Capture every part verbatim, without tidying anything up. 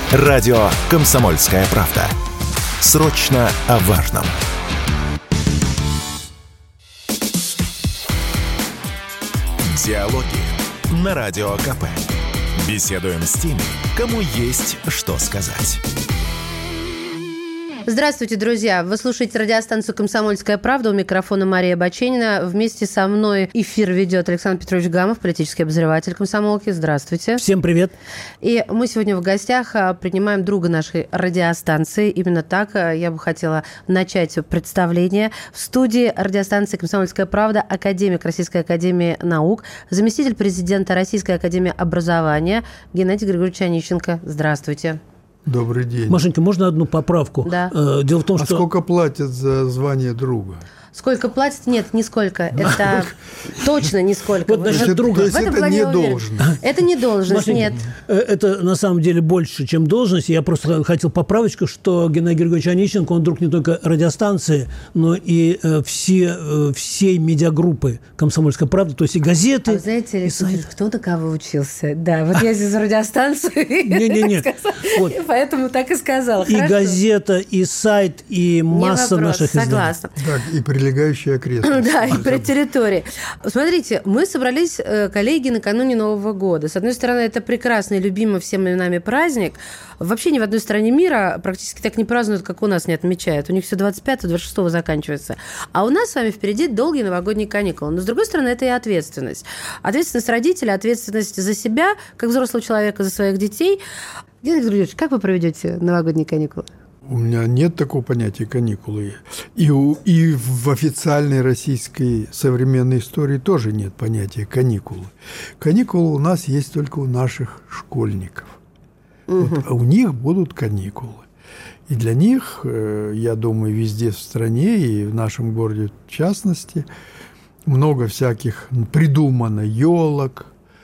Радио «Комсомольская правда». Срочно о важном. Диалоги на Радио КП. Беседуем с теми, кому есть что сказать. Здравствуйте, друзья! Вы слушаете радиостанцию «Комсомольская правда». У микрофона Мария Баченина. Вместе со мной эфир ведет Александр Петрович Гамов, политический обозреватель «Комсомолки». Здравствуйте. Всем привет. И мы сегодня в гостях принимаем друга нашей радиостанции. Именно так я бы хотела начать представление. В студии радиостанции «Комсомольская правда» академик Российской академии наук, заместитель президента Российской академии образования Геннадий Григорьевич Онищенко. Здравствуйте. Добрый день. Машенька, можно одну поправку? Да. Дело в том, а что... сколько платят за звание друга? Сколько платят? Нет, нисколько. Это точно нисколько. Вот насчет друга. То есть это не должность? Это не должность, нет. Это на самом деле больше, чем должность. Я просто хотел поправочку, что Геннадий Григорьевич Онищенко, он друг не только радиостанции, но и все, всей медиагруппы «Комсомольская правда», то есть и газеты. А вы знаете, Александр, кто на кого учился? Да, вот я здесь за радиостанцию. Не-не-не. Поэтому так и сказала. И газета, и сайт, и масса наших изданий. Согласна. Так, и прилегающие окрестности. Да, и про территории. Смотрите, мы собрались, коллеги, накануне Нового года. С одной стороны, это прекрасный, любимый всеми нами праздник. Вообще ни в одной стране мира практически так не празднуют, как у нас не отмечают. У них все двадцать пятого, двадцать шестого заканчивается. А у нас с вами впереди долгие новогодние каникулы. Но, с другой стороны, это и ответственность. Ответственность родителя, ответственность за себя, как взрослого человека, за своих детей. Геннадий Григорьевич, как вы проведете новогодние каникулы? У меня нет такого понятия каникулы. И, у, и в официальной российской современной истории тоже нет понятия каникулы. Каникулы у нас есть только у наших школьников. Угу. Вот, а у них будут каникулы. И для них, я думаю, везде в стране и в нашем городе в частности, много всяких придумано елок,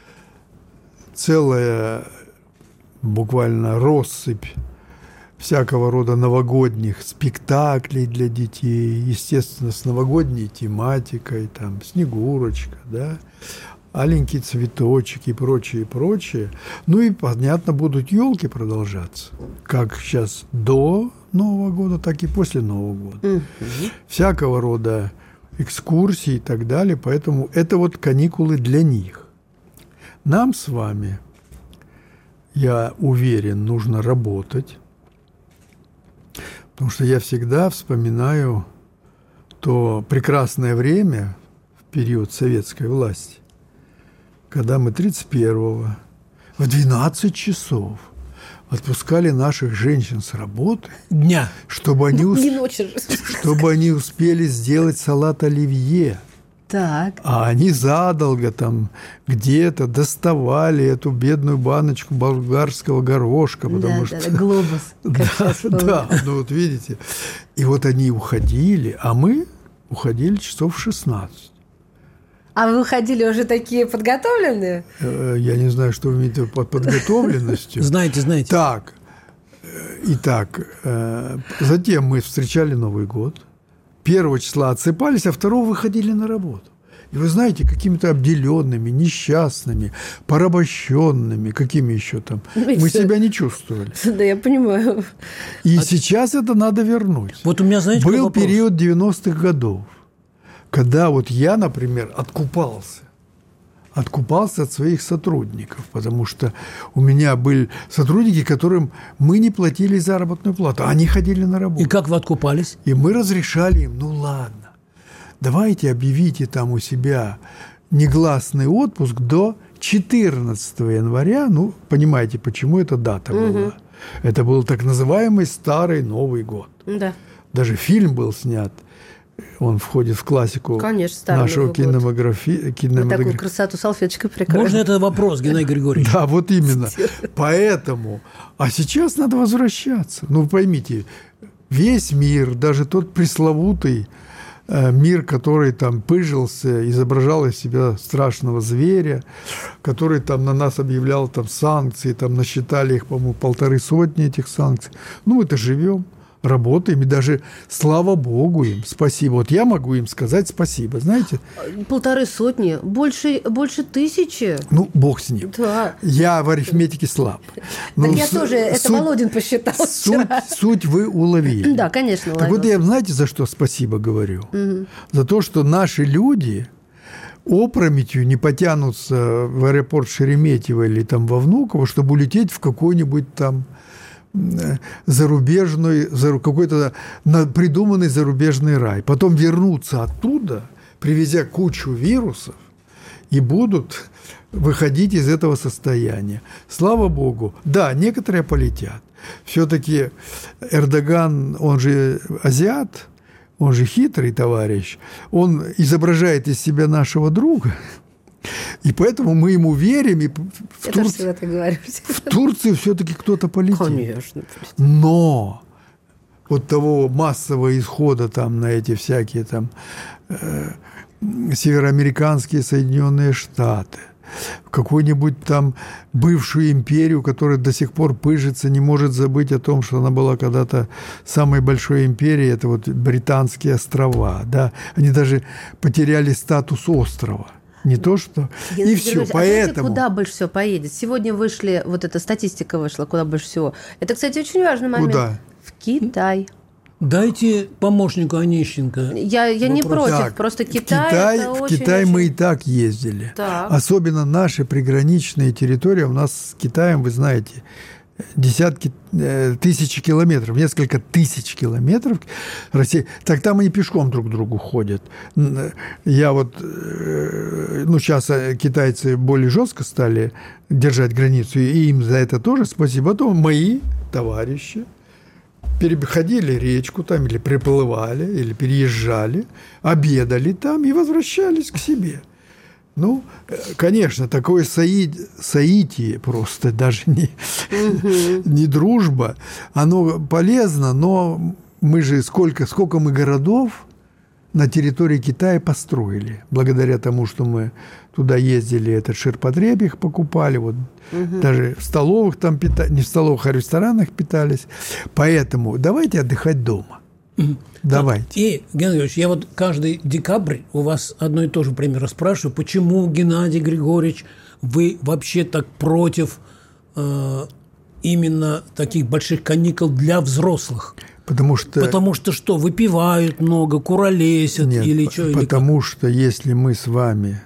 целая буквально россыпь всякого рода новогодних спектаклей для детей, естественно, с новогодней тематикой, там, Снегурочка, да, аленький цветочек и прочее, прочее. Ну и, понятно, будут елки продолжаться, как сейчас до Нового года, так и после Нового года. Mm-hmm. Всякого рода экскурсии и так далее, поэтому это вот каникулы для них. Нам с вами, я уверен, нужно работать, потому что я всегда вспоминаю то прекрасное время в период советской власти, когда мы тридцать первого в двенадцать часов отпускали наших женщин с работы, дня, чтобы они, усп... чтобы они успели сделать салат оливье. Так. А они задолго там где-то доставали эту бедную баночку болгарского горошка, потому да, что... Да, да, глобус. Да, да, ну вот видите. И вот они уходили, а мы уходили часов в шестнадцать. А вы уходили уже такие подготовленные? Я не знаю, что вы имеете под подготовленностью. Знаете, знаете. Так, итак, затем мы встречали Новый год. Первого числа отсыпались, а второго выходили на работу. И вы знаете, какими-то обделенными, несчастными, порабощенными, какими еще там, мы, мы себя не чувствовали. Да, я понимаю. И а сейчас это надо вернуть. Вот у меня, знаете, был период девяностых годов, когда вот я, например, откупался. Откупался от своих сотрудников, потому что у меня были сотрудники, которым мы не платили заработную плату, а они ходили на работу. И как вы откупались? И мы разрешали им, ну ладно, давайте объявите там у себя негласный отпуск до четырнадцатого января. Ну, понимаете, почему эта дата угу. была. Это был так называемый Старый Новый год. Да. Даже фильм был снят. Он входит в классику Конечно, нашего кинематографии. Вы такую красоту салфеточкой прикрыли. Можно это вопрос, Геннадий Григорьевич? Да, вот именно. Поэтому. А сейчас надо возвращаться. Ну, поймите, весь мир, даже тот пресловутый мир, который там пыжился, изображал из себя страшного зверя, который там на нас объявлял там санкции, там насчитали их, по-моему, полторы сотни этих санкций. Ну, мы-то живем. работаем, и даже слава Богу им, спасибо. Вот я могу им сказать спасибо, знаете. Полторы сотни, больше, больше тысячи. Ну, Бог с ним. Да. Я в арифметике слаб. Так я тоже, это Володин посчитал суть, суть вы уловили. Да, конечно, уловил. Так вот я, знаете, за что спасибо говорю? Угу. За то, что наши люди опрометью не потянутся в аэропорт Шереметьево или там во Внуково, чтобы улететь в какой-нибудь там зарубежный, какой-то придуманный зарубежный рай. Потом вернуться оттуда, привезя кучу вирусов, и будут выходить из этого состояния. Слава Богу. Да, некоторые полетят. Все-таки Эрдоган, он же азиат, он же хитрый товарищ, он изображает из себя нашего друга, и поэтому мы ему верим. И в, Тур... в Турцию все-таки кто-то полетит. Конечно. Но от того массового исхода там на эти всякие там э, североамериканские Соединенные Штаты, в какую-нибудь там бывшую империю, которая до сих пор пыжится, не может забыть о том, что она была когда-то самой большой империей, это вот Британские острова, да, они даже потеряли статус острова. Не то, что... Геннадий и все, Григорьевич, поэтому... А знаете, куда больше всего поедет? Сегодня вышли, вот эта статистика вышла, куда больше всего. Это, кстати, очень важный момент. Куда? В Китай. Дайте помощнику Онищенко. Я, я не против, так, просто Китай... В Китай, это в очень, Китай очень... мы и так ездили. Так. Особенно наши приграничные территории. У нас с Китаем, вы знаете, десятки, э, тысячи километров, несколько тысяч километров России. Так там они пешком друг к другу ходят. Я вот, э, ну, сейчас китайцы более жестко стали держать границу, и им за это тоже спасибо. Потом мои товарищи переходили речку там, или приплывали, или переезжали, обедали там и возвращались к себе. Ну, конечно, такое сои... соитие просто, даже не, угу. не дружба, оно полезно, но мы же сколько, сколько мы городов на территории Китая построили, благодаря тому, что мы туда ездили, этот ширпотреб их покупали, вот угу. даже в столовых там питались, не в столовых, а в ресторанах питались. Поэтому давайте отдыхать дома. Давайте. Так, и, Геннадий Григорьевич, я вот каждый декабрь у вас одно и то же примерно спрашиваю, почему, Геннадий Григорьевич, вы вообще так против э, именно таких больших каникул для взрослых? Потому что... Потому что что, выпивают много, куролесят? Нет, или что? Потому или что если мы с вами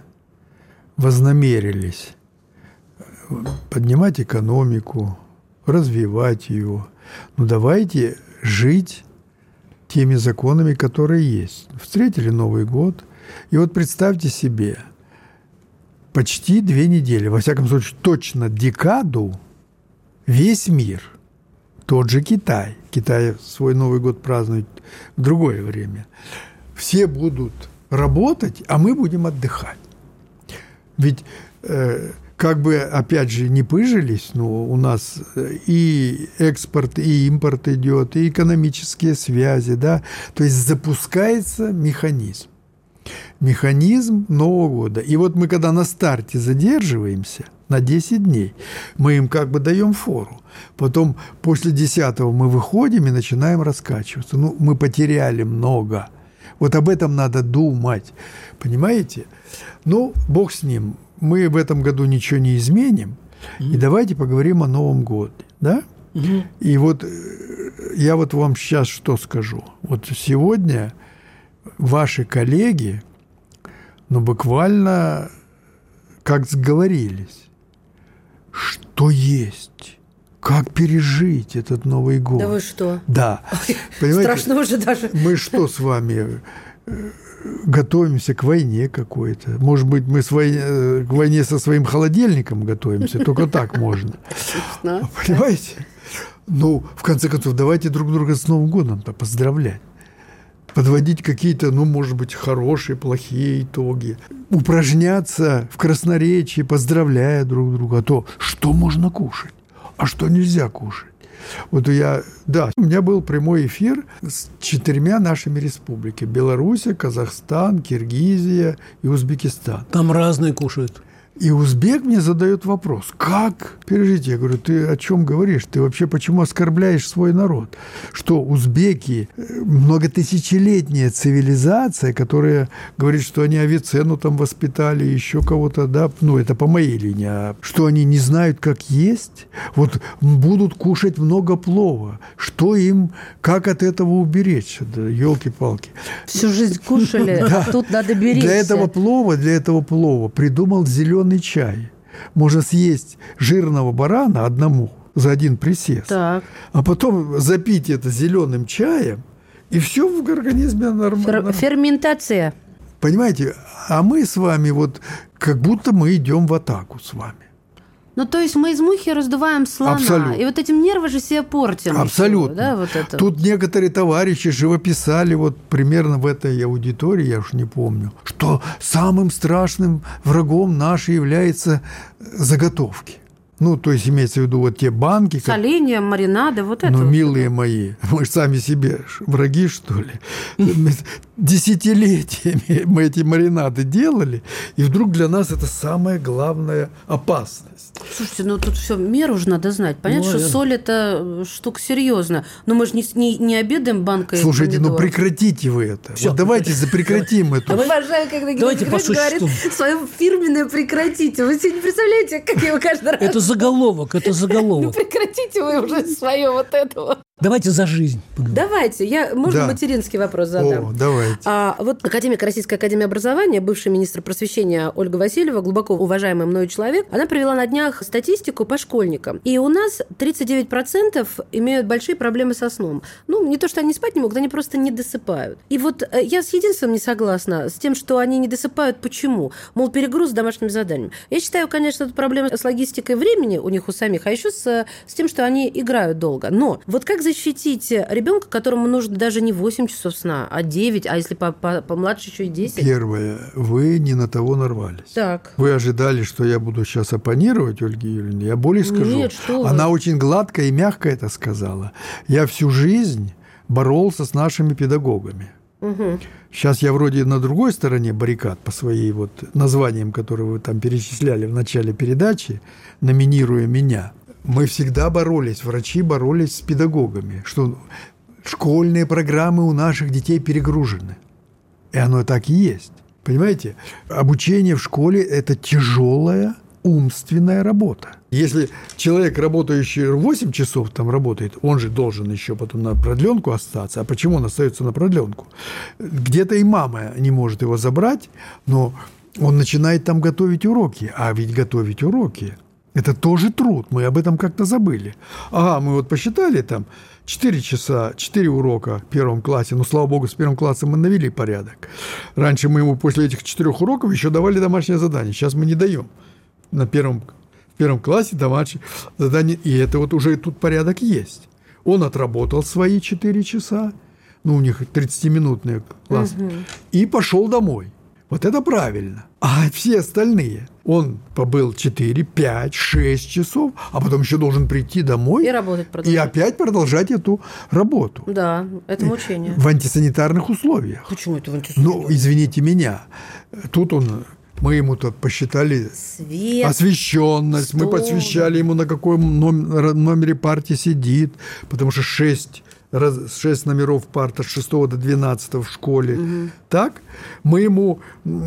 вознамерились поднимать экономику, развивать ее, ну давайте жить теми законами, которые есть. Встретили Новый год, и вот представьте себе, почти две недели, во всяком случае, точно декаду, весь мир, тот же Китай, Китай свой Новый год празднует в другое время, все будут работать, а мы будем отдыхать. Ведь э, как бы, опять же, не пыжились, но у нас и экспорт, и импорт идет, и экономические связи, да, то есть запускается механизм. Механизм Нового года. И вот мы, когда на старте задерживаемся на десять дней, мы им как бы даем фору. Потом после десятого мы выходим и начинаем раскачиваться. Ну, мы потеряли много. Вот об этом надо думать. Понимаете? Ну, Бог с ним. Мы в этом году ничего не изменим, mm-hmm. и давайте поговорим о Новом годе, да? Mm-hmm. И вот я вот вам сейчас что скажу. Вот сегодня ваши коллеги, ну, буквально как сговорились, что есть, как пережить этот Новый год. Да вы что? Да. Ой, страшно уже даже. Мы что с вами... готовимся к войне какой-то. Может быть, мы с войне, к войне со своим холодильником готовимся. Только так можно. Понимаете? Ну, в конце концов, давайте друг друга с Новым годом-то поздравлять. Подводить какие-то, ну, может быть, хорошие, плохие итоги. Упражняться в красноречии, поздравляя друг друга. А то, что можно кушать, а что нельзя кушать. Вот я, да, у меня был прямой эфир с четырьмя нашими республиками. Белоруссия, Казахстан, Киргизия и Узбекистан. Там разные кушают. И узбек мне задает вопрос, как пережить? Я говорю, ты о чем говоришь? Ты вообще почему оскорбляешь свой народ? Что узбеки многотысячелетняя цивилизация, которая говорит, что они Авиценну там воспитали, еще кого-то, да, ну это по моей линии, а что они не знают, как есть, вот будут кушать много плова, что им, как от этого уберечься, да, елки-палки. Всю жизнь кушали, а тут надо беречься. Для этого плова, для этого плова придумал зеленый чай. Можно съесть жирного барана одному за один присест, так. а потом запить это зеленым чаем, и все в организме нормально. Фер- ферментация. Понимаете, а мы с вами вот как будто мы идем в атаку с вами. Ну, то есть мы из мухи раздуваем слона. Абсолютно. И вот этим нервы же себе портим. Абсолютно. Еще, да, вот это. Тут некоторые товарищи живописали вот примерно в этой аудитории, я уж не помню, что самым страшным врагом нашей являются заготовки. Ну, то есть имеется в виду вот те банки. Соленья, как... маринады, вот это. Ну, вот милые это. мои, мы же сами себе враги, что ли? Десятилетиями мы эти маринады делали, и вдруг для нас это самая главная опасность. Слушайте, ну тут все меру же надо знать. Понятно, ну, что соль – это штука серьезная. Но мы же не, не, не обедаем банкой. Слушайте, помидор. ну прекратите вы это. Вот давайте прекратим это. Я обожаю, когда Геннадий говорит свое фирменное «прекратите». Вы себе не представляете, как я его каждый раз... Это заголовок, это заголовок. Ну прекратите вы уже свое вот этого. Давайте за жизнь. Давайте. Я, можно да. материнский вопрос задам? О, давайте. А, вот академик Российской академии образования, бывший министр просвещения Ольга Васильева, глубоко уважаемый мною человек, она привела на днях статистику по школьникам. И у нас тридцать девять процентов имеют большие проблемы со сном. Ну, не то, что они спать не могут, они просто не досыпают. И вот я с единственным не согласна, с тем, что они не досыпают. Почему? Мол, перегруз с домашними заданиями. Я считаю, конечно, это проблема с логистикой времени у них у самих, а еще с, с тем, что они играют долго. Но вот как защитить ребенка, которому нужно даже не восемь часов сна, а девять, а если помладше еще и десять? Первое. Вы не на того нарвались. Так. Вы ожидали, что я буду сейчас оппонировать Ольге Юрьевне? Я более скажу. Нет, что Она вы. очень гладко и мягко это сказала. Я всю жизнь боролся с нашими педагогами. Угу. Сейчас я вроде на другой стороне баррикад по своим вот названиям, которые вы там перечисляли в начале передачи, номинируя меня. Мы всегда боролись, врачи боролись с педагогами, что школьные программы у наших детей перегружены. И оно так и есть. Понимаете? Обучение в школе – это тяжелая умственная работа. Если человек, работающий восемь часов там работает, он же должен еще потом на продленку остаться. А почему он остается на продленку? Где-то и мама не может его забрать, но он начинает там готовить уроки. А ведь готовить уроки – это тоже труд. Мы об этом как-то забыли. Ага, мы вот посчитали там четыре часа, четыре урока в первом классе. Ну, слава богу, с первым классом мы навели порядок. Раньше мы ему после этих четырех уроков еще давали домашнее задание. Сейчас мы не даем. На первом, в первом классе домашнее задание. И это вот уже тут порядок есть. Он отработал свои четыре часа. Ну, у них тридцатиминутный класс. Угу. И пошел домой. Вот это правильно. А все остальные, он побыл четыре, пять, шесть часов, а потом еще должен прийти домой и работать, и опять продолжать эту работу. Да, это мучение. В антисанитарных условиях. Почему это в антисанитарных? Ну, извините меня, тут он... Мы ему тут посчитали свет, освещенность, стол. Мы посвящали ему, на каком номере партии сидит, потому что шесть, шесть номеров парта с шестого до двенадцатого в школе. Угу. Так? Мы ему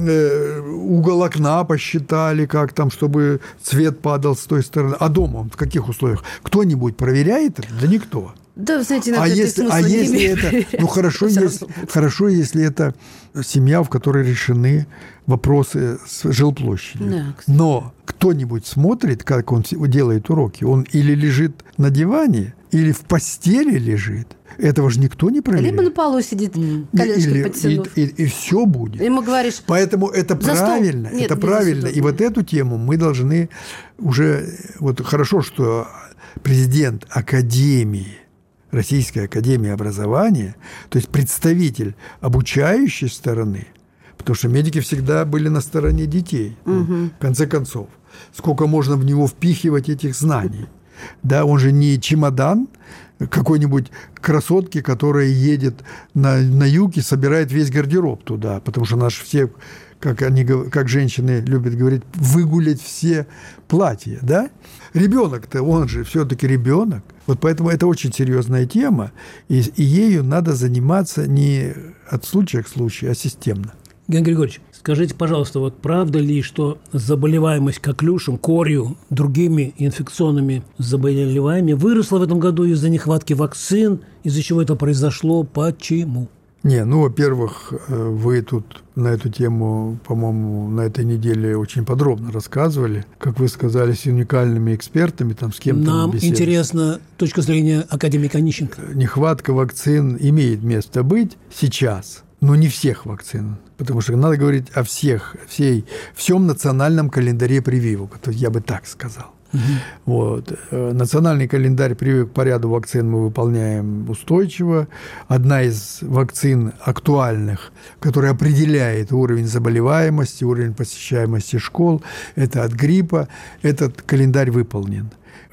э, угол окна посчитали, как там, чтобы свет падал с той стороны. А дома он в каких условиях? Кто-нибудь проверяет это? Да никто. Да, знаете, иногда а это если, смысла а не если имеет. это, ну хорошо, если, хорошо, если это семья, в которой решены вопросы с жилплощадью. Да, но кто-нибудь смотрит, как он делает уроки, он или лежит на диване, или в постели лежит. Этого же никто не проверяет. Либо на полу сидит, коленочки подтянув. И, и, и все будет. Ему говоришь, поэтому это правильно, Нет, это правильно. И вот эту тему мы должны уже... Вот хорошо, что президент Академии, Российской академии образования, то есть представитель обучающей стороны, потому что медики всегда были на стороне детей, угу. ну, в конце концов. Сколько можно в него впихивать этих знаний? Да, он же не чемодан какой-нибудь красотки, которая едет на, на юг и собирает весь гардероб туда, потому что наши все как, они, как женщины любят говорить, выгулять все платья, да? Ребенок-то, он же все-таки ребенок. Вот поэтому это очень серьезная тема, и, и ею надо заниматься не от случая к случаю, а системно. Геннадий Григорьевич, скажите, пожалуйста, вот правда ли, что заболеваемость коклюшем, корью, другими инфекционными заболеваниями выросла в этом году из-за нехватки вакцин, из-за чего это произошло, почему? Не, ну, во-первых, вы тут на эту тему, по-моему, на этой неделе очень подробно рассказывали, как вы сказали, с уникальными экспертами, там, с кем-то Нам беседовали. интересна точка зрения академика Онищенко. Нехватка вакцин имеет место быть сейчас, но не всех вакцин, потому что надо говорить о всех, всей, всем национальном календаре прививок, то я бы так сказал. Угу. Вот. Национальный календарь прививок по ряду вакцин мы выполняем устойчиво. Одна из вакцин актуальных, которая определяет уровень заболеваемости, уровень посещаемости школ, это от гриппа. Этот календарь выполнен.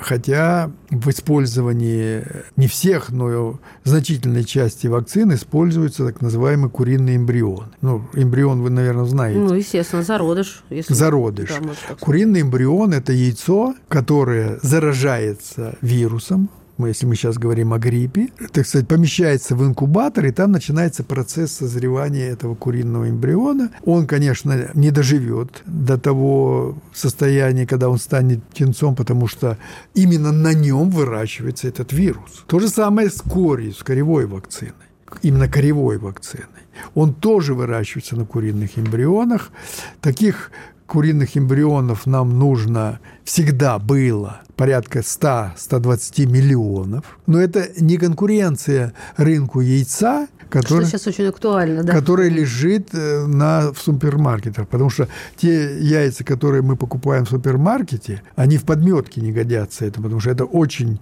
Хотя в использовании не всех, но значительной части вакцин используются так называемые куриные эмбрионы. Ну, эмбрион вы, наверное, знаете. Ну, естественно, зародыш. Если... Зародыш. Да, куриный эмбрион – это яйцо, которое заражается вирусом. Если мы сейчас говорим о гриппе, так сказать, помещается в инкубатор, и там начинается процесс созревания этого куриного эмбриона. Он, конечно, не доживет до того состояния, когда он станет птенцом, потому что именно на нем выращивается этот вирус. То же самое с корью, с коревой вакциной. Именно коревой вакциной. Он тоже выращивается на куриных эмбрионах. Таких куриных эмбрионов нам нужно всегда было порядка сто - сто двадцать миллионов. Но это не конкуренция рынку яйца, который, что сейчас очень актуально, да? который лежит на, в супермаркетах. Потому что те яйца, которые мы покупаем в супермаркете, они в подметке не годятся этому, потому что это очень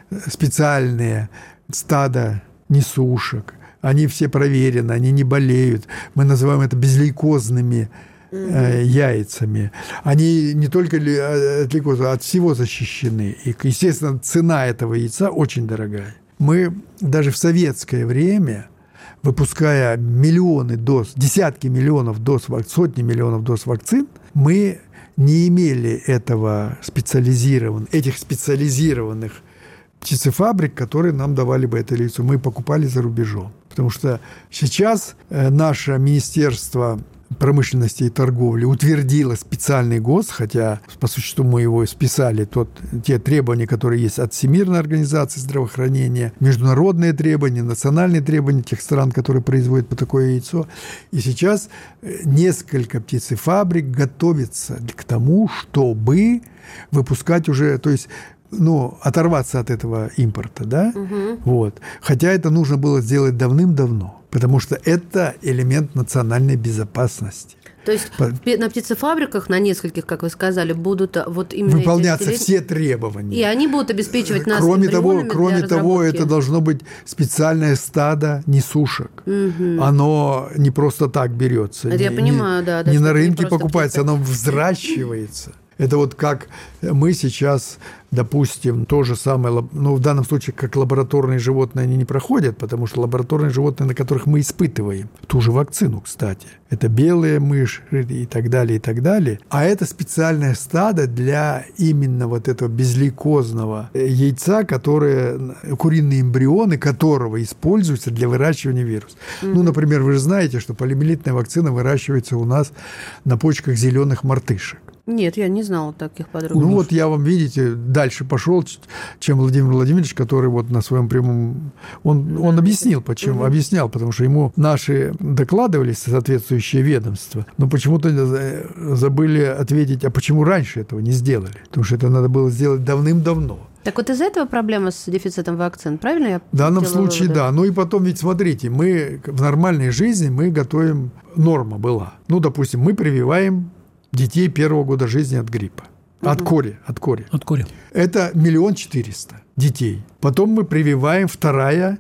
специальные стада несушек. Они все проверены, они не болеют. Мы называем это безлейкозными яйцами. Они не только от лейкоза, а от всего защищены. И, естественно, цена этого яйца очень дорогая. Мы даже в советское время, выпуская миллионы доз, десятки миллионов доз, сотни миллионов доз вакцин, мы не имели этого специализированных, этих специализированных птицефабрик, которые нам давали бы это яйцо. Мы покупали за рубежом. Потому что сейчас наше Министерство промышленности и торговли утвердила специальный ГОСТ, хотя по существу мы его списали, тот, те требования, которые есть от Всемирной организации здравоохранения, международные требования, национальные требования тех стран, которые производят по такое яйцо. И сейчас несколько птицефабрик готовятся к тому, чтобы выпускать уже, то есть ну, оторваться от этого импорта, да? Угу. Вот. Хотя это нужно было сделать давным-давно, потому что это элемент национальной безопасности. То есть По... на птицефабриках, на нескольких, как вы сказали, будут вот именно выполняться эти... все требования. И они будут обеспечивать нас кроме того, кроме для того, это должно быть специальное стадо несушек. Угу. Оно не просто так берется. Это не, я понимаю, не, да. да не на рынке покупается, птица. Оно взращивается. Это вот как мы сейчас, допустим, то же самое, ну, в данном случае, как лабораторные животные, они не проходят, потому что лабораторные животные, на которых мы испытываем ту же вакцину, кстати, это белые мыши и так далее, и так далее. А это специальное стадо для именно вот этого безлейкозного яйца, которое, куриные эмбрионы которого используются для выращивания вируса. Mm-hmm. Ну, например, вы же знаете, что полиомиелитная вакцина выращивается у нас на почках зеленых мартышек. Нет, я не знала таких подробностей. Ну вот я вам, видите, дальше пошел, чем Владимир Владимирович, который вот на своем прямом... Он, он объяснил, почему. Угу. Объяснял, потому что ему наши докладывали соответствующие ведомства, но почему-то забыли ответить, а почему раньше этого не сделали? Потому что это надо было сделать давным-давно. Так вот из-за этого проблема с дефицитом вакцин, правильно я В данном случае, выводы? Да. Ну и потом, ведь смотрите, мы в нормальной жизни мы готовим... Норма была. Ну, допустим, мы прививаем детей первого года жизни от гриппа. Угу. От кори. От кори. От кори. Это миллион четыреста детей. Потом мы прививаем вторая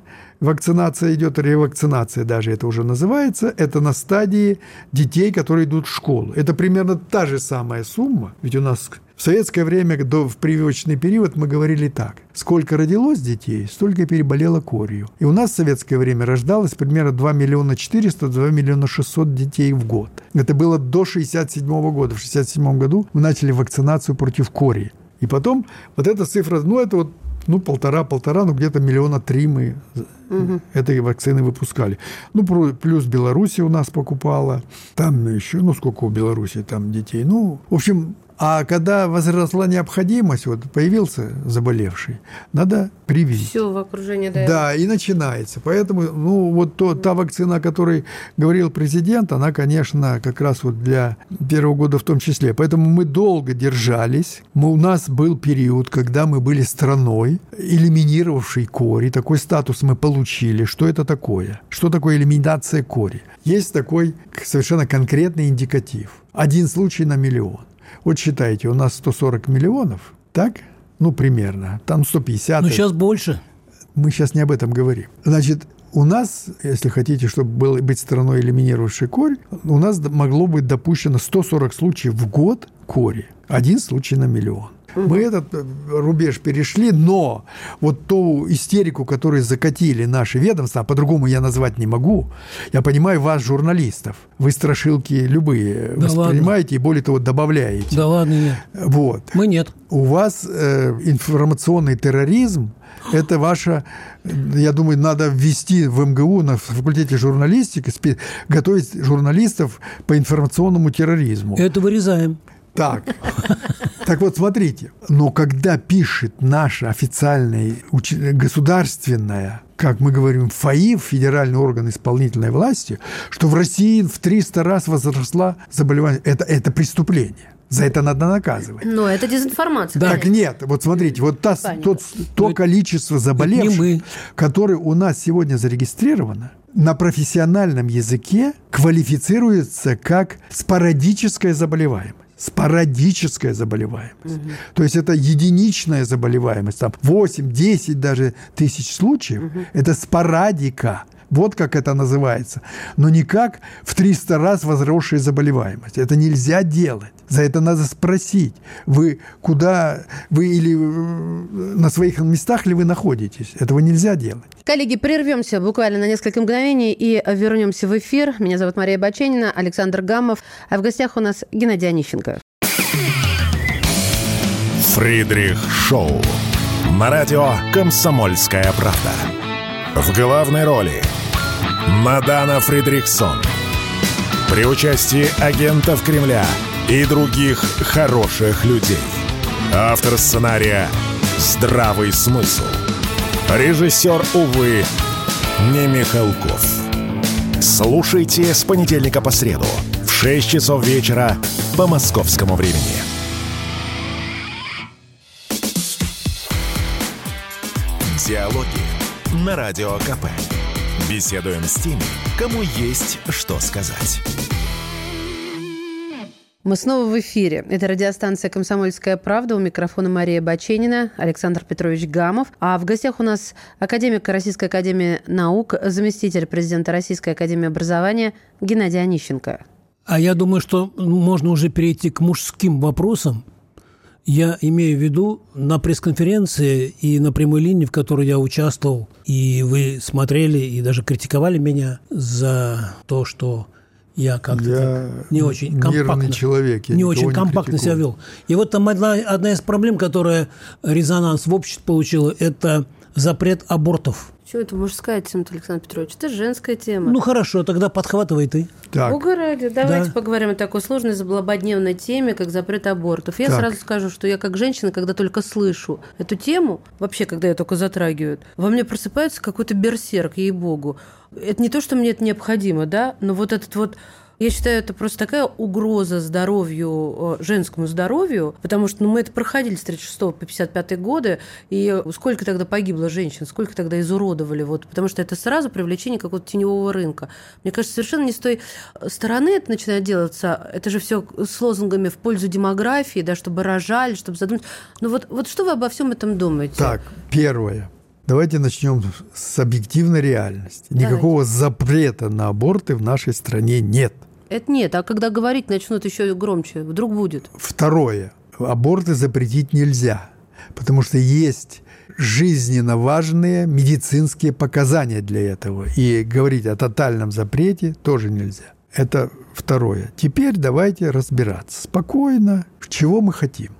вакцинация идет, ревакцинация даже это уже называется, это на стадии детей, которые идут в школу. Это примерно та же самая сумма, ведь у нас в советское время, до, в прививочный период, мы говорили так: сколько родилось детей, столько переболело корью. И у нас в советское время рождалось примерно два миллиона четыреста - два миллиона шестьсот детей в год. Это было до шестьдесят седьмого года. В шестьдесят седьмом году мы начали вакцинацию против кори. И потом вот эта цифра, ну, это вот ну, полтора-полтора, ну, где-то миллиона три мы угу. этой вакцины выпускали. Ну, плюс Белоруссия у нас покупала. Там еще, ну, сколько у Белоруссии там детей. Ну, в общем, а когда возросла необходимость, вот появился заболевший, надо привить. Все в окружении, да. Да, и начинается. Поэтому, ну, вот то, та вакцина, о которой говорил президент, она, конечно, как раз вот для первого года в том числе. Поэтому мы долго держались. Мы, у нас был период, когда мы были страной, элиминировавшей кори. Такой статус мы получили. Что это такое? Что такое элиминация кори? Есть такой совершенно конкретный индикатив. Один случай на миллион. Вот считайте, у нас сто сорок миллионов, так? Ну, примерно. Там сто пятьдесят. Ну, сейчас больше. Мы сейчас не об этом говорим. Значит, у нас, если хотите, чтобы было, быть страной, элиминировавшей корь, у нас могло быть допущено сто сорок случаев в год кори. Один случай на миллион. Угу. Мы этот рубеж перешли, но вот ту истерику, которую закатили наши ведомства, а по-другому я назвать не могу. Я понимаю вас, журналистов. Вы страшилки любые да воспринимаете ладно. И, более того, добавляете. Да ладно, нет. Вот. Мы нет. У вас э, информационный терроризм. Это ваша, я думаю, надо ввести в эм гэ у на факультете журналистики, готовить журналистов по информационному терроризму. Это вырезаем. Так, так вот, смотрите, но когда пишет наша официальная государственная, как мы говорим, ФАИФ, федеральный орган исполнительной власти, что в России в триста раз возросла заболевание, это, это преступление. За это надо наказывать. Но это дезинформация. Да. Так нет, вот смотрите, вот та, тот, то это, количество заболевших, которое у нас сегодня зарегистрировано, на профессиональном языке квалифицируется как спорадическое заболеваемость. Спорадическая заболеваемость. Угу. То есть это единичная заболеваемость. Там восемь-десять даже тысяч случаев. Угу. Это спорадика. Вот как это называется. Но не как в триста раз возросшая заболеваемость. Это нельзя делать. За это надо спросить. Вы куда... Вы или на своих местах ли вы находитесь? Этого нельзя делать. Коллеги, прервемся буквально на несколько мгновений и вернемся в эфир. Меня зовут Мария Баченина, Александр Гамов. А в гостях у нас Геннадий Онищенко. Фридрих Шоу. На радио «Комсомольская правда». В главной роли Мадана Фридрихсон. При участии агентов Кремля и других хороших людей. Автор сценария «Здравый смысл». Режиссер, увы, не Михалков. Слушайте с понедельника по среду в шесть часов вечера по московскому времени. Диалоги на Радио КП. Беседуем с теми, кому есть что сказать. Мы снова в эфире. Это радиостанция «Комсомольская правда». У микрофона Мария Баченина, Александр Петрович Гамов. А в гостях у нас академик Российской академии наук, заместитель президента Российской академии образования Геннадий Онищенко. А я думаю, что можно уже перейти к мужским вопросам. Я имею в виду на пресс-конференции и на прямой линии, в которой я участвовал, и вы смотрели и даже критиковали меня за то, что я как-то я так не очень компактно, человек, я не очень компактно не себя вел. И вот там одна, одна из проблем, которая резонанс в обществе получила, это запрет абортов. Что это мужская тема, Александр Петрович? Это женская тема. Ну, хорошо, тогда подхватывай ты. Так. Угорали. Давайте да. поговорим о такой сложной злободневной теме, как запрет абортов. Я так. сразу скажу, что я как женщина, когда только слышу эту тему, вообще, когда ее только затрагивают, во мне просыпается какой-то берсерк, ей-богу. Это не то, что мне это необходимо, да, но вот этот вот... Я считаю, это просто такая угроза здоровью, женскому здоровью, потому что ну, мы это проходили с тридцать шестого по пятьдесят пятый годы, и сколько тогда погибло женщин, сколько тогда изуродовали, вот, потому что это сразу привлечение какого-то теневого рынка. Мне кажется, совершенно не с той стороны это начинает делаться, это же все с лозунгами в пользу демографии, да, чтобы рожали, чтобы задумать. Ну вот, вот что вы обо всем этом думаете? Так, первое. Давайте начнем с объективной реальности. Никакого Давайте. запрета на аборты в нашей стране нет. Это нет. А когда говорить начнут еще громче, вдруг будет. Второе. Аборты запретить нельзя, потому что есть жизненно важные медицинские показания для этого. И говорить о тотальном запрете тоже нельзя. Это второе. Теперь давайте разбираться спокойно, чего мы хотим.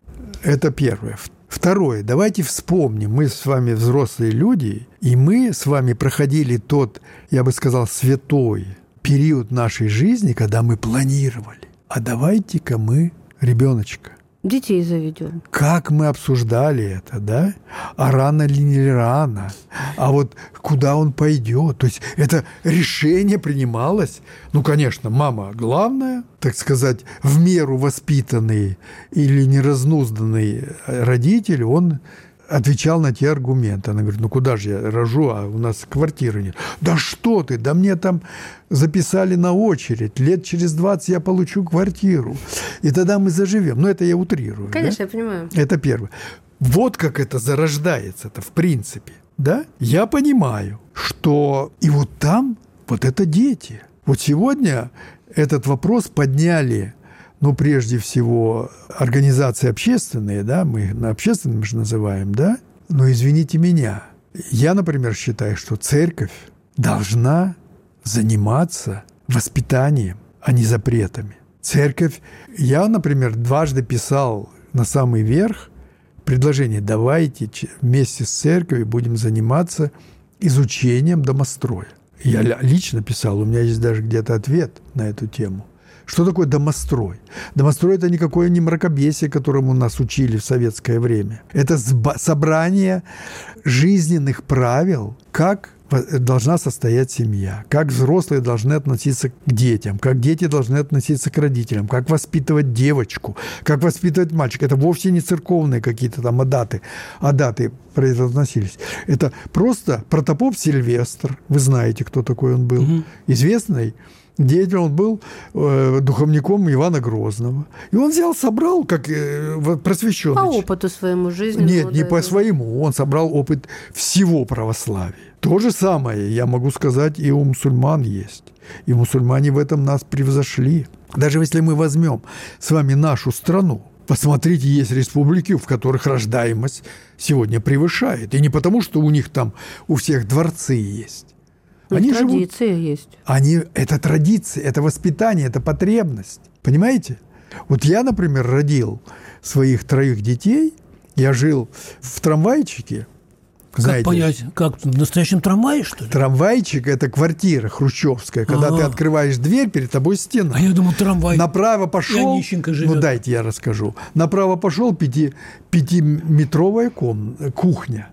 Это первое. Второе. Давайте вспомним. Мы с вами взрослые люди, и мы с вами проходили тот, я бы сказал, святой период нашей жизни, когда мы планировали. А давайте-ка мы ребеночка. Детей заведем. Как мы обсуждали это, да? А рано ли не рано? А вот куда он пойдет? То есть это решение принималось. Ну, конечно, мама главная, так сказать, в меру воспитанный или неразнузданный родитель, он отвечал на те аргументы. Она говорит, ну куда же я рожу, а у нас квартиры нет. Да что ты, да мне там записали на очередь, лет через двадцать я получу квартиру, и тогда мы заживем. Ну это я утрирую. Конечно, да? я понимаю. Это первое. Вот как это зарождается-то в принципе. Да? Я понимаю, что и вот там вот это дети. Вот сегодня этот вопрос подняли, ну, прежде всего, организации общественные, да, мы на общественном же называем, да, но извините меня, я, например, считаю, что церковь должна заниматься воспитанием, а не запретами. Церковь, я, например, дважды писал на самый верх предложение, давайте вместе с церковью будем заниматься изучением домостроя. Я лично писал, у меня есть даже где-то ответ на эту тему. Что такое домострой? Домострой – это никакое не мракобесие, которому нас учили в советское время. Это собрание жизненных правил, как должна состоять семья, как взрослые должны относиться к детям, как дети должны относиться к родителям, как воспитывать девочку, как воспитывать мальчика. Это вовсе не церковные какие-то там адаты, адаты произносились. Это просто протопоп Сильвестр, вы знаете, кто такой он был, угу. известный деятель, он был э, духовником Ивана Грозного. И он взял, собрал, как э, просвещенный. По опыту своему жизненному. Нет, не по своему. Он собрал опыт всего православия. То же самое, я могу сказать, и у мусульман есть. И мусульмане в этом нас превзошли. Даже если мы возьмем с вами нашу страну, посмотрите, есть республики, в которых рождаемость сегодня превышает. И не потому, что у них там у всех дворцы есть. Они традиция живут, есть. Они, это традиция, это воспитание, это потребность. Понимаете? Вот я, например, родил своих троих детей. Я жил в трамвайчике. Как знаете, понять? Как в настоящем трамвае, что ли? Трамвайчик – это квартира хрущевская. Когда А-а-а. ты открываешь дверь, перед тобой стена. А я думал, трамвай. Направо пошел. Нищенко живет. Ну, дайте я расскажу. Направо пошел пяти, пятиметровая ком, кухня.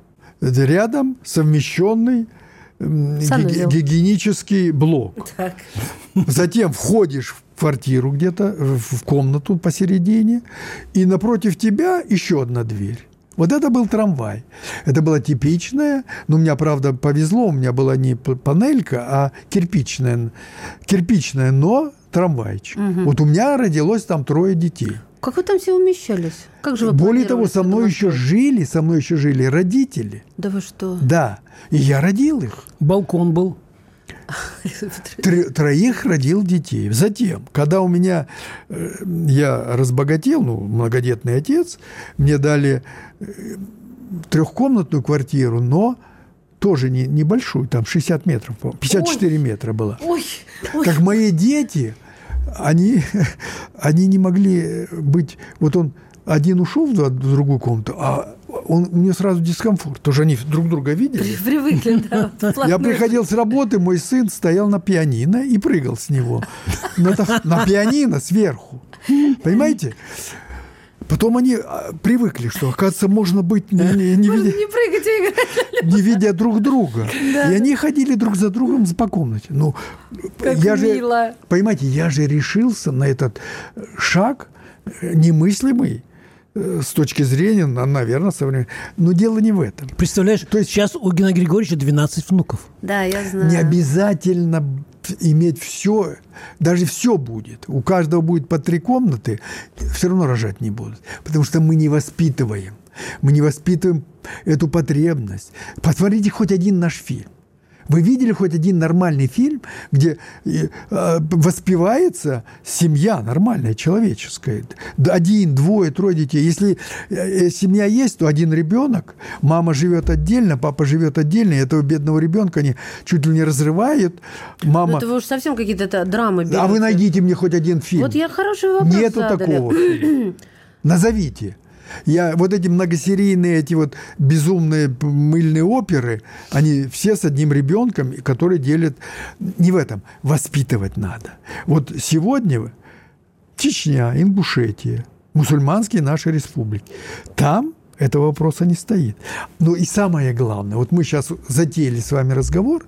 Рядом совмещенный Санузел. гигиенический блок. Так. Затем входишь в квартиру где-то, в комнату посередине, и напротив тебя еще одна дверь. Вот это был трамвай. Это была типичная, но у меня, правда, повезло, у меня была не панелька, а кирпичная, кирпичная, но трамвайчик. Угу. Вот у меня родилось там трое детей. Как вы там все умещались? Как же вы Более того, со мной еще жили, со мной еще жили родители. Да вы что? Да. И я родил их. Балкон был. Тро- троих родил детей. Затем, когда у меня э, я разбогател, ну, многодетный отец, мне дали э, трехкомнатную квартиру, но тоже не, небольшую, там шестьдесят метров, пятьдесят четыре ой, метра было. Ой, ой. Как мои дети, они, они не могли быть... Вот он один ушел в другую комнату, а он, у него сразу дискомфорт. Тоже они друг друга видели. Привыкли, да. Я приходил с работы, мой сын стоял на пианино и прыгал с него. На, на пианино сверху. Понимаете? Потом они привыкли, что, оказывается, можно быть не, не, не, можно видя, не прыгать и играть. Не видя друг друга. Да. И они ходили друг за другом по комнате. Ну, как я мило. Же, понимаете, я же решился на этот шаг немыслимый с точки зрения, наверное, современного. Но дело не в этом. Представляешь, то есть сейчас у Геннадия Григорьевича двенадцать внуков. Да, я знаю. Не обязательно иметь все, даже все будет. У каждого будет по три комнаты, все равно рожать не будут. Потому что мы не воспитываем. Мы не воспитываем эту потребность. Посмотрите хоть один наш фильм. Вы видели хоть один нормальный фильм, где э, воспевается семья нормальная, человеческая? Один, двое, трое детей. Если э, семья есть, то один ребенок, мама живет отдельно, папа живет отдельно, и этого бедного ребенка они чуть ли не разрывают. Мама... Ну, это вы уж совсем какие-то драмы берете. А вы найдите мне хоть один фильм. Вот я хороший вопрос Нету задали. такого фильма. Назовите. Я, вот эти многосерийные, эти вот безумные мыльные оперы, они все с одним ребенком, который делит... Не в этом. Воспитывать надо. Вот сегодня Чечня, Ингушетия, мусульманские наши республики. Там этого вопроса не стоит. Ну и самое главное, вот мы сейчас затеяли с вами разговор,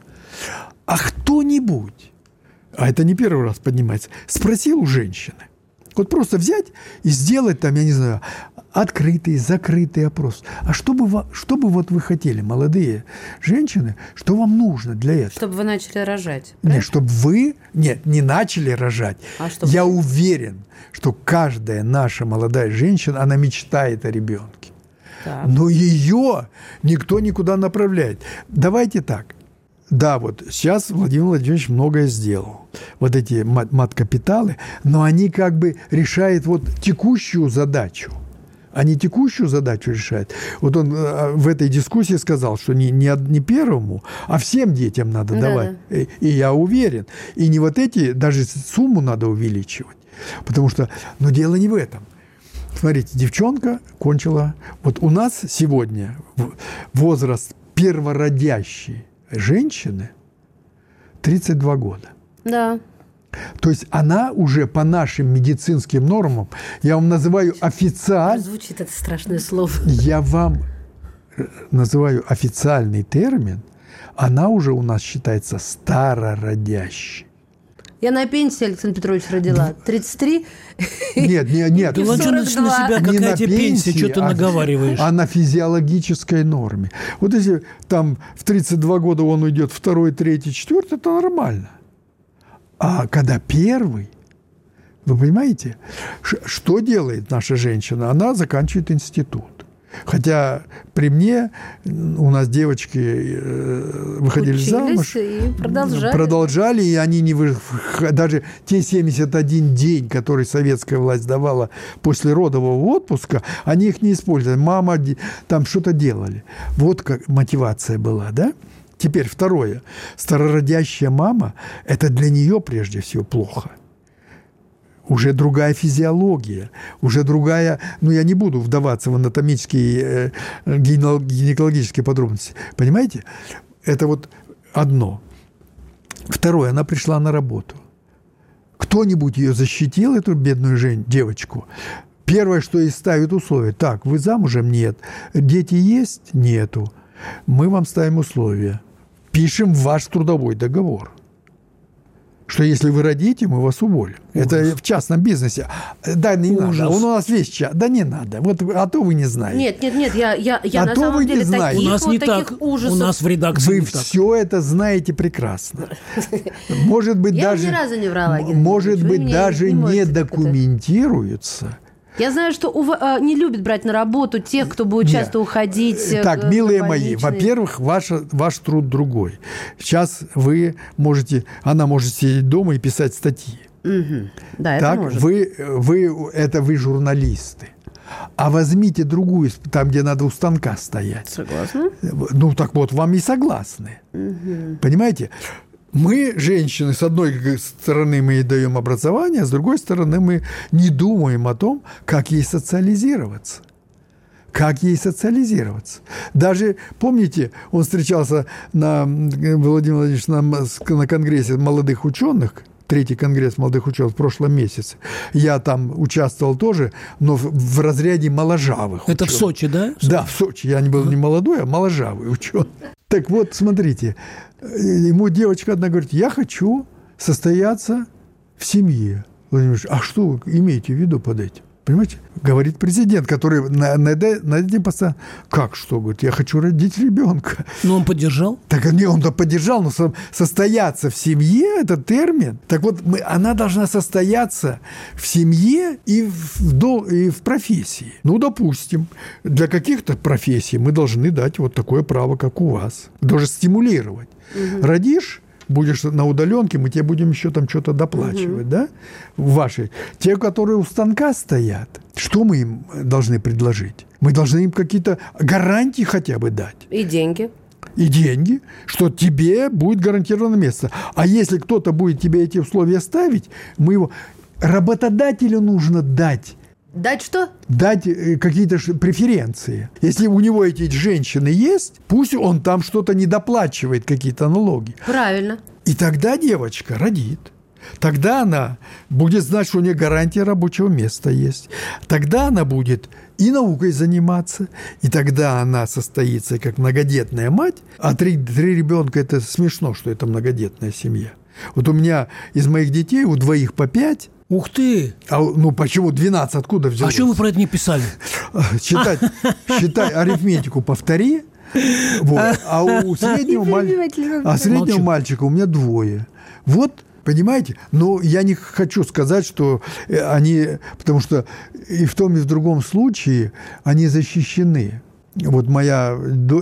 а кто-нибудь, а это не первый раз поднимается, спросил у женщины. Вот просто взять и сделать там, я не знаю, открытый, закрытый опрос. А что бы, что бы вот вы хотели, молодые женщины, что вам нужно для этого? Чтобы вы начали рожать. Правильно? Нет, чтобы вы нет, не начали рожать. А чтобы... Я уверен, что каждая наша молодая женщина, она мечтает о ребенке. Так. Но ее никто никуда направляет. Давайте так. Да, вот сейчас Владимир Владимирович многое сделал. Вот эти мат-капиталы, но они как бы решают вот текущую задачу. Они текущую задачу решают. Вот он в этой дискуссии сказал, что не, не, не первому, а всем детям надо да, давать. Да. И, и я уверен. И не вот эти, даже сумму надо увеличивать. Потому что, но дело не в этом. Смотрите, девчонка кончила. Вот у нас сегодня возраст первородящий женщины тридцать два года. Да. То есть она уже по нашим медицинским нормам, я вам называю официально... Звучит это страшное слово. Я вам называю официальный термин, она уже у нас считается старородящей. Я на пенсии, Александр Петрович, родила. тридцать три. Нет, нет, нет. Ты ладно, на себя, какая тебе пенсия, что ты наговариваешь? А на физиологической норме. Вот если там в тридцать два года он уйдет второй, третий, четвертый, это нормально. А когда первый, вы понимаете, что делает наша женщина? Она заканчивает институт. Хотя при мне у нас девочки выходили Учились замуж, и продолжали. продолжали, и они не вы... даже те семьдесят один день, который советская власть давала после родового отпуска, они их не использовали. Мама там что-то делали. Вот как мотивация была, да? Теперь второе. Старородящая мама – это для нее прежде всего плохо. Уже другая физиология, уже другая... Ну, я не буду вдаваться в анатомические, э, гинекологические подробности. Понимаете? Это вот одно. Второе. Она пришла на работу. Кто-нибудь ее защитил, эту бедную Жень, девочку? Первое, что ей ставят условия. Так, вы замужем? Нет. Дети есть? Нету. Мы вам ставим условия. Пишем в ваш трудовой договор, что если вы родите, мы вас уволим. Ужас. Это в частном бизнесе. Да, не Ужас. Надо. Он у нас весь час. Да не надо. Вот, а то вы не знаете. Нет, нет, нет. Я, я, я а на то самом вы деле не знаете. У нас вот не таких так. ужасов. У нас в редакции Вы не так. все это знаете прекрасно. Может быть, я даже... ни разу не врала. Может быть, даже не документируются. Я знаю, что у, э, не любят брать на работу тех, кто будет Нет. часто уходить. Так, э, милые мои, во-первых, ваш, ваш труд другой. Сейчас вы можете, она может сидеть дома и писать статьи. Угу. Да, так, это может. Вы, вы, это вы журналисты. А возьмите другую, там, где надо у станка стоять. Согласна. Ну, так вот, вам и согласны. Угу. Понимаете? Мы, женщины, с одной стороны мы ей даем образование, а с другой стороны мы не думаем о том, как ей социализироваться. Как ей социализироваться. Даже, помните, он встречался на, Владимир Владимирович, на, на конгрессе молодых ученых, третий конгресс молодых ученых в прошлом месяце. Я там участвовал тоже, но в, в разряде моложавых Это ученых. В Сочи, да? Да, в Сочи. Я не был не молодой, а моложавый ученый. Так вот, смотрите, ему девочка одна говорит, я хочу состояться в семье. Владимир Ильич, а что вы имеете в виду под этим? Понимаете? Говорит президент, который на, на, на этим постоянно... Как что? Говорит, я хочу родить ребенка. Но он поддержал? Так не, он-то поддержал, но состояться в семье – это термин. Так вот, мы, она должна состояться в семье и в, до, и в профессии. Ну, допустим, для каких-то профессий мы должны дать вот такое право, как у вас. Даже стимулировать. Угу. Родишь, будешь на удаленке, мы тебе будем еще там что-то доплачивать, угу. да, в вашей. Те, которые у станка стоят, что мы им должны предложить? Мы должны им какие-то гарантии хотя бы дать. И деньги. И деньги, что тебе будет гарантировано место. А если кто-то будет тебе эти условия ставить, мы его... Работодателю нужно дать. Дать что? Дать какие-то преференции. Если у него эти женщины есть, пусть он там что-то недоплачивает, какие-то налоги. Правильно. И тогда девочка родит. Тогда она будет знать, что у нее гарантия рабочего места есть. Тогда она будет и наукой заниматься, и тогда она состоится как многодетная мать. А три, три ребенка – это смешно, что это многодетная семья. Вот у меня из моих детей у двоих по пять. Ух ты! А, ну, почему двенадцать? Откуда взялось? А что вы про это не писали? Считай, считай арифметику повтори. Вот. А у среднего, маль... а среднего мальчика у меня двое. Вот, понимаете? Но я не хочу сказать, что они... Потому что и в том, и в другом случае они защищены. Вот моя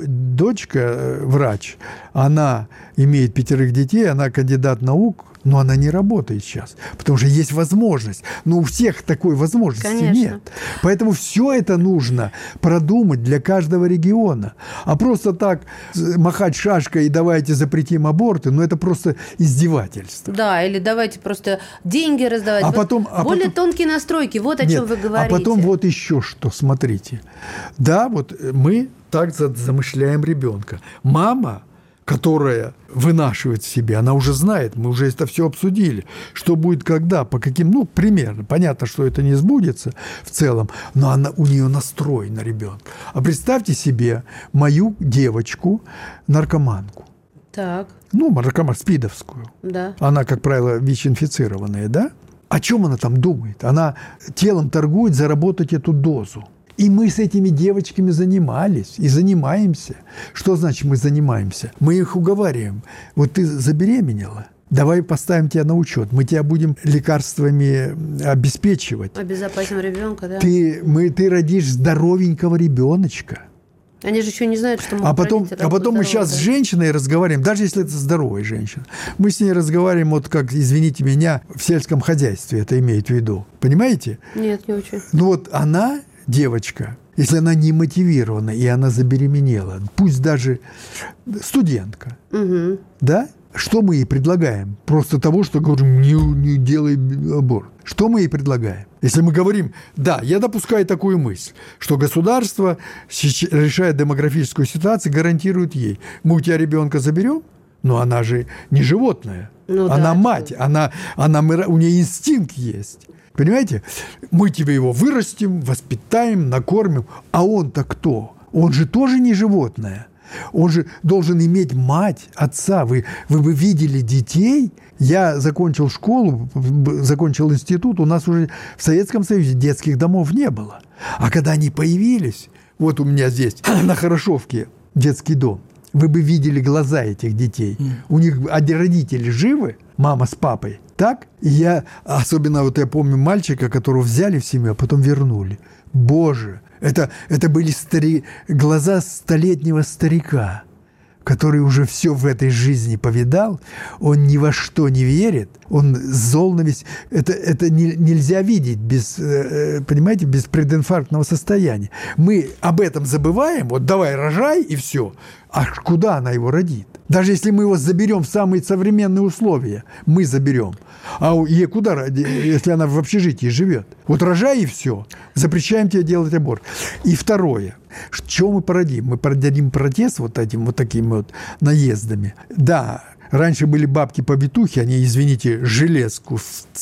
дочка, врач, она имеет пятерых детей, она кандидат наук, но она не работает сейчас, потому что есть возможность. Но у всех такой возможности Конечно. Нет. Поэтому все это нужно продумать для каждого региона. А просто так махать шашкой и давайте запретим аборты, ну это просто издевательство. Да, или давайте просто деньги раздавать. А вот потом, а более потом... тонкие настройки, вот о Нет, чем вы говорите. А потом вот еще что, смотрите. Да, вот мы так замышляем ребенка. Мама, которая вынашивает в себе, она уже знает, мы уже это все обсудили, что будет когда, по каким, ну, примерно. Понятно, что это не сбудется в целом, но она, у нее настрой на ребенка. А представьте себе мою девочку, наркоманку. Так. Ну, наркоман, спидовскую. Да. Она, как правило, ВИЧ-инфицированная, да? О чем она там думает? Она телом торгует заработать эту дозу. И мы с этими девочками занимались и занимаемся. Что значит мы занимаемся? Мы их уговариваем. Вот ты забеременела, давай поставим тебя на учет. Мы тебя будем лекарствами обеспечивать. Обезопасим ребенка, да. Ты, мы, ты родишь здоровенького ребеночка. Они же еще не знают, что могут а потом, родить, а потом мы сейчас да? с женщиной разговариваем, даже если это здоровая женщина. Мы с ней разговариваем, вот как, извините меня, в сельском хозяйстве это имеет в виду. Понимаете? Нет, не очень. Ну вот она... Девочка, если она не мотивирована, и она забеременела, пусть даже студентка, угу. да, что мы ей предлагаем? Просто того, что говорим, не, не делай аборт. Что мы ей предлагаем? Если мы говорим, да, я допускаю такую мысль, что государство, решая демографическую ситуацию, гарантирует ей, мы у тебя ребенка заберем, но она же не животное, ну, она да, мать, это... она, она, у нее инстинкт есть. Понимаете? Мы тебе его вырастим, воспитаем, накормим. А он-то кто? Он же тоже не животное. Он же должен иметь мать, отца. Вы, вы бы видели детей. Я закончил школу, закончил институт. У нас уже в Советском Союзе детских домов не было. А когда они появились, вот у меня здесь на Хорошовке детский дом, вы бы видели глаза этих детей. Mm. У них родители живы, мама с папой. Так? И я, особенно вот я помню мальчика, которого взяли в семью, а потом вернули. Боже, это, это были стари... глаза столетнего старика, который уже все в этой жизни повидал, он ни во что не верит, он зол на весь... Это, это не, нельзя видеть без, понимаете, без прединфарктного состояния. Мы об этом забываем, вот давай рожай и все. А куда она его родит? Даже если мы его заберем в самые современные условия, мы заберем. А ей куда, если она в общежитии живет? Вот рожай и все. Запрещаем тебе делать аборт. И второе. Что мы породим? Мы породим протест вот этим вот такими вот наездами. Да, раньше были бабки-побитухи, они, извините, железку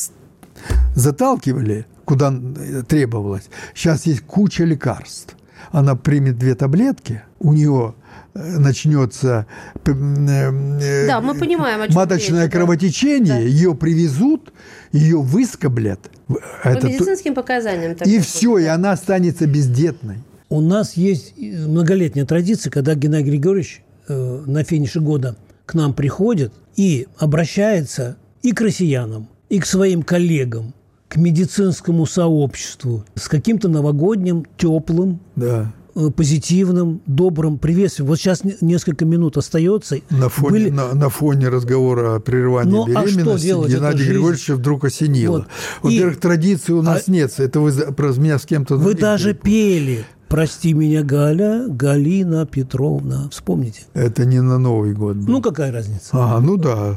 заталкивали, куда требовалось. Сейчас есть куча лекарств. Она примет две таблетки, у нее начнется да, мы понимаем, о чем маточное речь, кровотечение, да. Ее привезут, ее выскоблят. По это медицинским показаниям. И все, и она останется бездетной. У нас есть многолетняя традиция, когда Геннадий Григорьевич э, на финише года к нам приходит и обращается и к россиянам, и к своим коллегам, к медицинскому сообществу с каким-то новогодним, теплым, да. позитивным, добрым приветствием. Вот сейчас несколько минут остается. На фоне, Были... на, на фоне разговора о прерывании Но, беременности а Геннадий Григорьевич вдруг осенило. Вот. Во-первых, и... традиции у нас а... нет. Это вы про меня с кем-то... Вы даже пели «Прости меня, Галя, Галина Петровна». Вспомните. Это не на Новый год был. Ну, какая разница? А, ну да.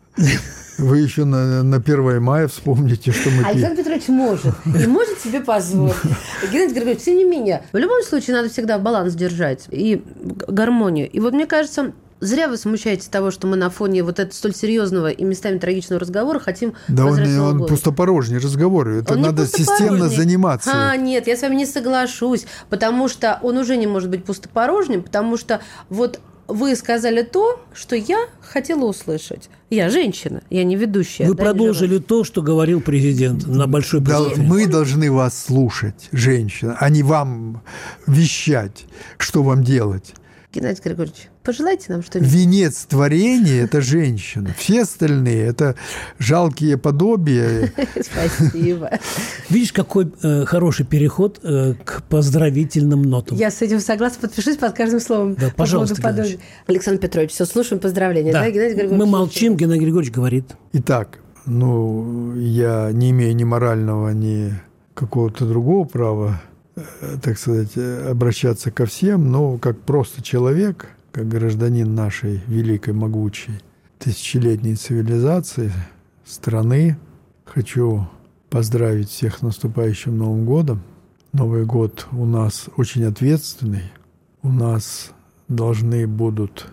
Вы еще на, на первое мая вспомните, что мы... Александр Петрович может. И может себе позволить. Геннадий Григорьевич, тем не менее, в любом случае надо всегда баланс держать и гармонию. И вот мне кажется, зря вы смущаетесь того, что мы на фоне вот этого столь серьезного и местами трагичного разговора хотим да возвращать Новый год. Да он пустопорожний разговор. Это он надо системно заниматься. А, нет, я с вами не соглашусь. Потому что он уже не может быть пустопорожним, потому что вот... Вы сказали то, что я хотела услышать. Я женщина, я не ведущая. Вы да, продолжили то, что говорил президент на большой пресс-конференции. Мы должны вас слушать, женщина, а не вам вещать, что вам делать. Геннадий Григорьевич, пожелайте нам что-нибудь. Венец творения – это женщина. Все остальные – это жалкие подобия. Спасибо. Видишь, какой э, хороший переход э, к поздравительным нотам. Я с этим согласна, подпишусь под каждым словом. Да, пожалуйста, Александр Петрович, все, слушаем поздравления. Да. Да, Геннадий Григорьевич, мы молчим, Геннадий Григорьевич говорит. Итак, ну, я не имею ни морального, ни какого-то другого права, так сказать, обращаться ко всем, но как просто человек, как гражданин нашей великой, могучей, тысячелетней цивилизации, страны, хочу поздравить всех с наступающим Новым годом. Новый год у нас очень ответственный. У нас должны будут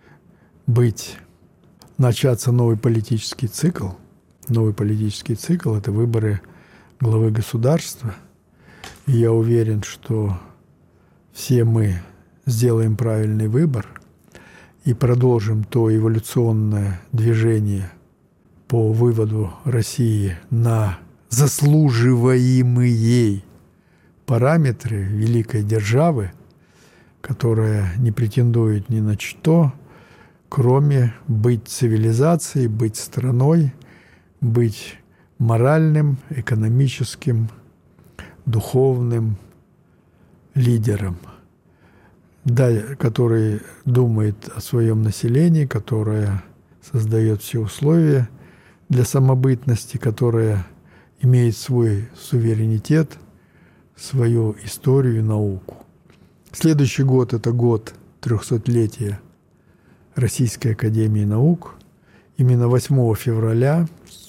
быть, начаться новый политический цикл. Новый политический цикл – это выборы главы государства. И я уверен, что все мы сделаем правильный выбор и продолжим то эволюционное движение по выводу России на заслуживаемые ей параметры великой державы, которая не претендует ни на что, кроме быть цивилизацией, быть страной, быть моральным, экономическим, духовным лидером, да, который думает о своем населении, которая создает все условия для самобытности, которая имеет свой суверенитет, свою историю и науку. Следующий год – это год трехсотлетия Российской академии наук. Именно восьмого февраля,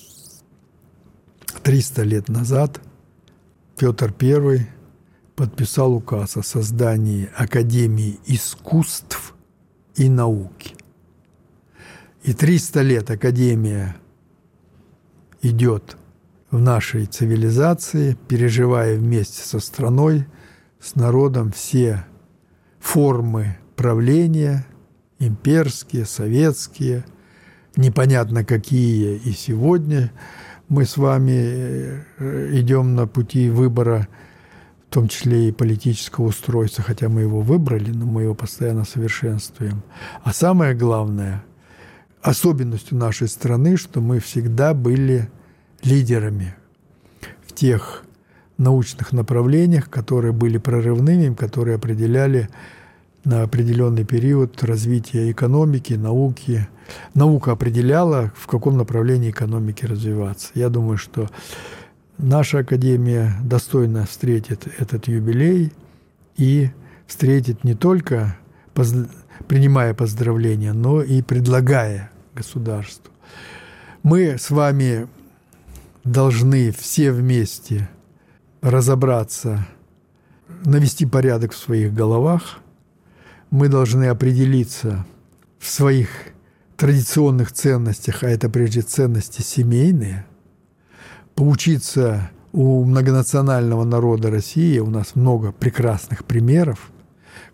триста лет назад, Петр Первый подписал указ о создании Академии искусств и науки. И триста лет Академия идет в нашей цивилизации, переживая вместе со страной, с народом все формы правления, имперские, советские, непонятно какие и сегодня. Мы с вами идем на пути выбора, в том числе и политического устройства, хотя мы его выбрали, но мы его постоянно совершенствуем. А самое главное, особенностью нашей страны, что мы всегда были лидерами в тех научных направлениях, которые были прорывными, которые определяли на определенный период развития экономики, науки. Наука определяла, в каком направлении экономики развиваться. Я думаю, что наша Академия достойно встретит этот юбилей и встретит не только принимая поздравления, но и предлагая государству. Мы с вами должны все вместе разобраться, навести порядок в своих головах. Мы должны определиться в своих традиционных ценностях, а это прежде ценности семейные, поучиться у многонационального народа России. У нас много прекрасных примеров,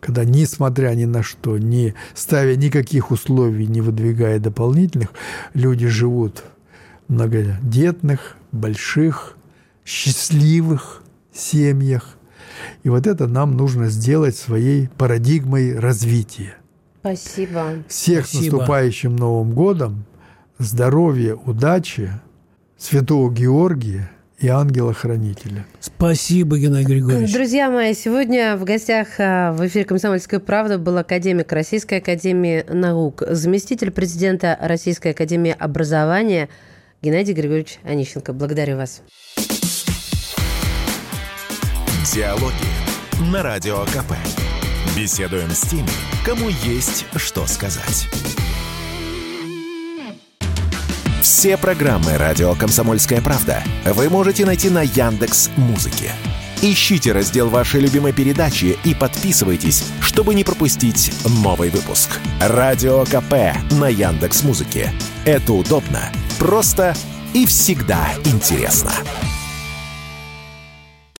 когда, несмотря ни на что, не ставя никаких условий, не выдвигая дополнительных, люди живут в многодетных, больших, счастливых семьях. И вот это нам нужно сделать своей парадигмой развития. Спасибо. Всех Спасибо. с наступающим Новым годом, здоровья, удачи, Святого Георгия и ангела-хранителя. Спасибо, Геннадий Григорьевич. Друзья мои, сегодня в гостях в эфире «Комсомольская правда» был академик Российской академии наук, заместитель президента Российской академии образования Геннадий Григорьевич Онищенко. Благодарю вас. Диалоги на Радио КП. Беседуем с теми, кому есть что сказать. Все программы «Радио Комсомольская правда» вы можете найти на Яндекс.Музыке. Ищите раздел вашей любимой передачи и подписывайтесь, чтобы не пропустить новый выпуск. Радио КП на Яндекс.Музыке. Это удобно, просто и всегда интересно.